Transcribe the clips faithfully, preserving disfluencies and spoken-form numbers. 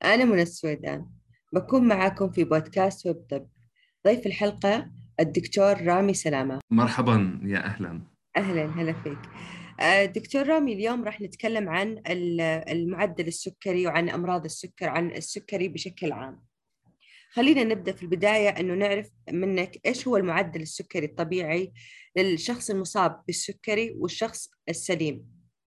أنا منى السويدان، بكون معاكم في بودكاست ويب طب. ضيف الحلقة الدكتور رامي سلامة. مرحبا يا أهلا. أهلا هلا فيك. آه، دكتور رامي، اليوم راح نتكلم عن ال- المعدل السكري وعن أمراض السكر، عن السكري بشكل عام. خلينا نبدأ في البداية أنه نعرف منك إيش هو المعدل السكري الطبيعي للشخص المصاب بالسكري والشخص السليم.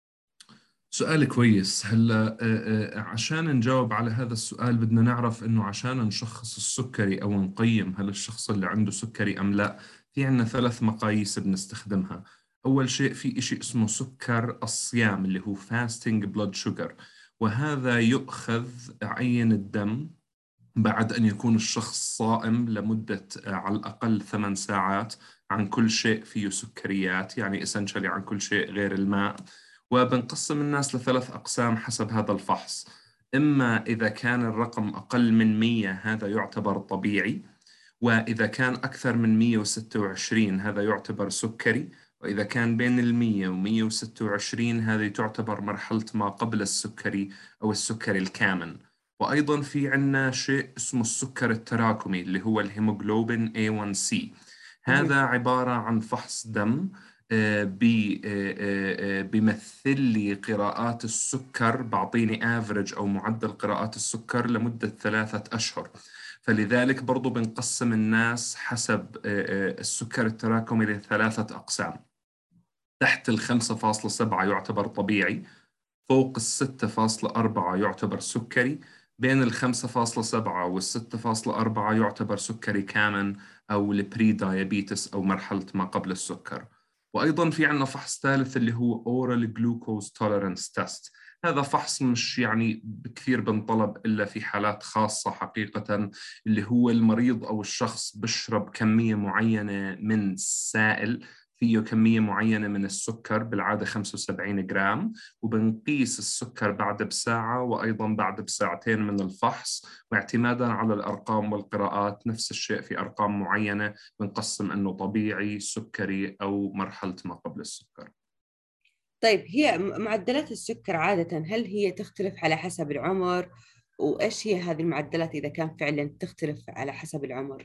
سؤال كويس. هلا آه، آه، عشان نجاوب على هذا السؤال بدنا نعرف إنه عشان نشخص السكري أو نقيم هل الشخص اللي عنده سكري أم لا، في عنا ثلاث مقاييس بنستخدمها. أول شيء في إشي اسمه سكر الصيام اللي هو fasting blood sugar، وهذا يؤخذ عين الدم بعد أن يكون الشخص صائم لمدة آه، على الأقل ثمان ساعات عن كل شيء فيه سكريات، يعني essentially عن كل شيء غير الماء. وبنقسم الناس لثلاث أقسام حسب هذا الفحص. إما إذا كان الرقم أقل من مية هذا يعتبر طبيعي، وإذا كان أكثر من مية وستة وعشرين هذا يعتبر سكري، وإذا كان بين المية ومية وستة وعشرين هذه تعتبر مرحلة ما قبل السكري أو السكري الكامن. وأيضا في عنا شيء اسمه السكر التراكمي اللي هو الهيموغلوبين إيه وان سي. هذا مهم. عبارة عن فحص دم آه، بي آه، آه، آه، بيمثل لي قراءات السكر، بعطيني افريج أو معدل قراءات السكر لمدة ثلاثة أشهر. فلذلك برضو بنقسم الناس حسب آه، آه، السكر التراكمي لثلاثة أقسام. تحت الخمسة فاصلة سبعة يعتبر طبيعي، فوق الستة فاصلة أربعة يعتبر سكري، بين الخمسة فاصلة سبعة والستة فاصلة أربعة يعتبر سكري كامن أو البري دايابيتس أو مرحلة ما قبل السكر. وأيضا في عنا فحص ثالث اللي هو Oral Glucose Tolerance Test. هذا فحص مش يعني كثير بنطلب إلا في حالات خاصة حقيقة، اللي هو المريض أو الشخص بشرب كمية معينة من سائل فيه كمية معينة من السكر، بالعادة خمسة وسبعين جرام، وبنقيس السكر بعد بساعة وأيضا بعد بساعتين من الفحص. واعتمادا على الأرقام والقراءات نفس الشيء في أرقام معينة بنقسم أنه طبيعي، سكري، أو مرحلة ما قبل السكر. طيب، هي م- معدلات السكر عادة هل هي تختلف على حسب العمر؟ وإيش هي هذه المعدلات إذا كان فعلا تختلف على حسب العمر؟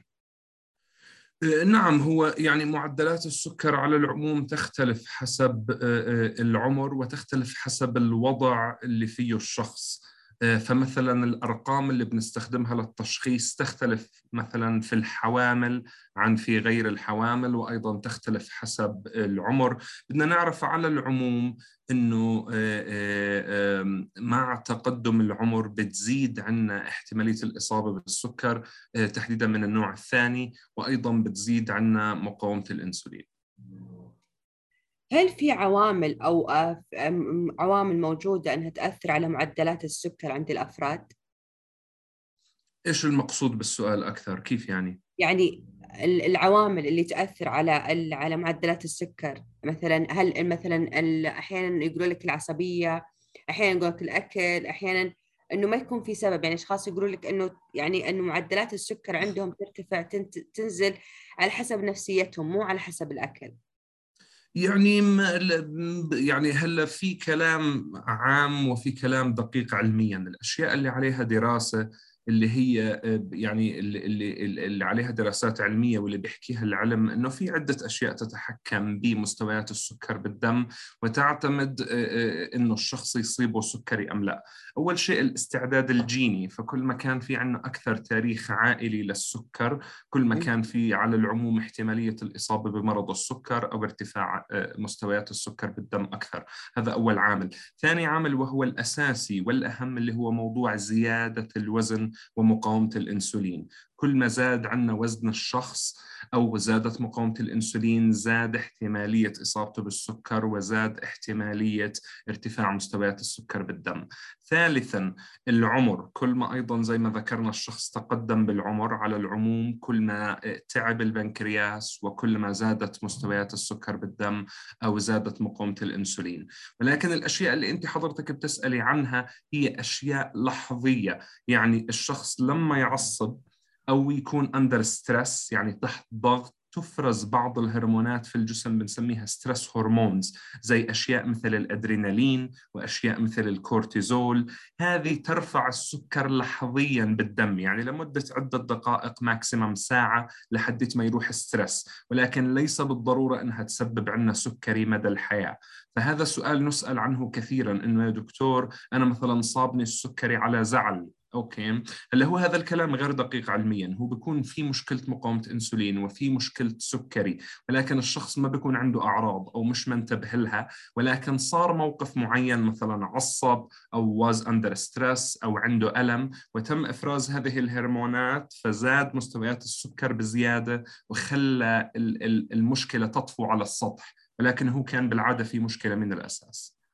نعم، هو يعني معدلات السكر على العموم تختلف حسب آه، آه، العمر، وتختلف حسب الوضع اللي فيه الشخص. آه، فمثلا الأرقام اللي بنستخدمها للتشخيص تختلف مثلا في الحوامل عن في غير الحوامل، وأيضا تختلف حسب العمر. بدنا نعرف على العموم أنه آه، آه، آم، مع تقدم العمر بتزيد عنا احتمالية الإصابة بالسكر، آه، تحديدا من النوع الثاني، وأيضا بتزيد عنا مقاومة الأنسولين. هل في عوامل أو آه، أم- عوامل موجودة أنها تأثر على معدلات السكر عند الأفراد؟ إيش المقصود بالسؤال أكثر؟ كيف يعني؟ يعني ال- العوامل اللي تأثر على ال- على معدلات السكر، مثلا هل مثلا ال- أحيانا يقولوا لك العصبية، أحيانا يقولوا لك الأكل، أحيانا إنه ما يكون في سبب. يعني أشخاص يقولوا لك إنه يعني إنه معدلات السكر عندهم ترتفع تنت- تنزل على حسب نفسيتهم، مو على حسب الأكل. يعني ما يعني هلا في كلام عام وفي كلام دقيق علميا. الاشياء اللي عليها دراسه، اللي هي آه، يعني اللي, اللي, اللي عليها دراسات علميه واللي بيحكيها العلم، انه في عده اشياء تتحكم بمستويات السكر بالدم وتعتمد آه، آه، انه الشخص يصيبه سكري ام لا. اول شيء الاستعداد الجيني، فكل ما كان في عندنا اكثر تاريخ عائلي للسكر، كل ما م- كان في على العموم احتمالية الإصابة بمرض السكر أو ارتفاع آه، مستويات السكر بالدم أكثر. هذا أول عامل. ثاني عامل وهو الأساسي والأهم اللي هو موضوع زيادة الوزن ومقاومة الأنسولين. كل ما زاد عنا وزن الشخص أو زادت مقاومة الأنسولين، زاد احتمالية إصابته بالسكر وزاد احتمالية ارتفاع مستويات السكر بالدم. ثالثا العمر. كل ما أيضا زي ما ذكرنا الشخص تقدم بالعمر على العموم، كل ما تعب البنكرياس وكل ما زادت مستويات السكر بالدم أو زادت مقاومة الأنسولين. ولكن الأشياء اللي أنت حضرتك بتسألي عنها هي أشياء لحظية. يعني الشخص لما يعصب أو يكون أندر ستريس، يعني تحت ضغط تفرز بعض الهرمونات في الجسم بنسميها ستريس هرمونز، زي أشياء مثل الأدرينالين وأشياء مثل الكورتيزول. هذه ترفع السكر لحظيا بالدم، يعني لمدة عدة دقائق ماكسيمم ساعة لحد ما يروح الستريس، ولكن ليس بالضرورة أنها تسبب عندنا سكري مدى الحياة. فهذا السؤال نسأل عنه كثيرا، إنه يا دكتور أنا مثلا صابني السكري على زعل. أوكي، هلا هو هذا الكلام غير دقيق علميا. هو بيكون في مشكلة مقاومة أنسولين وفي مشكلة سكري، ولكن الشخص ما بيكون عنده أعراض أو مش منتبه لها، ولكن صار موقف معين مثلا عصب أو was under stress أو عنده ألم، وتم إفراز هذه الهرمونات فزاد مستويات السكر بزيادة وخلى ال- ال- المشكلة تطفو على السطح، ولكن هو كان بالعادة في مشكلة من الأساس.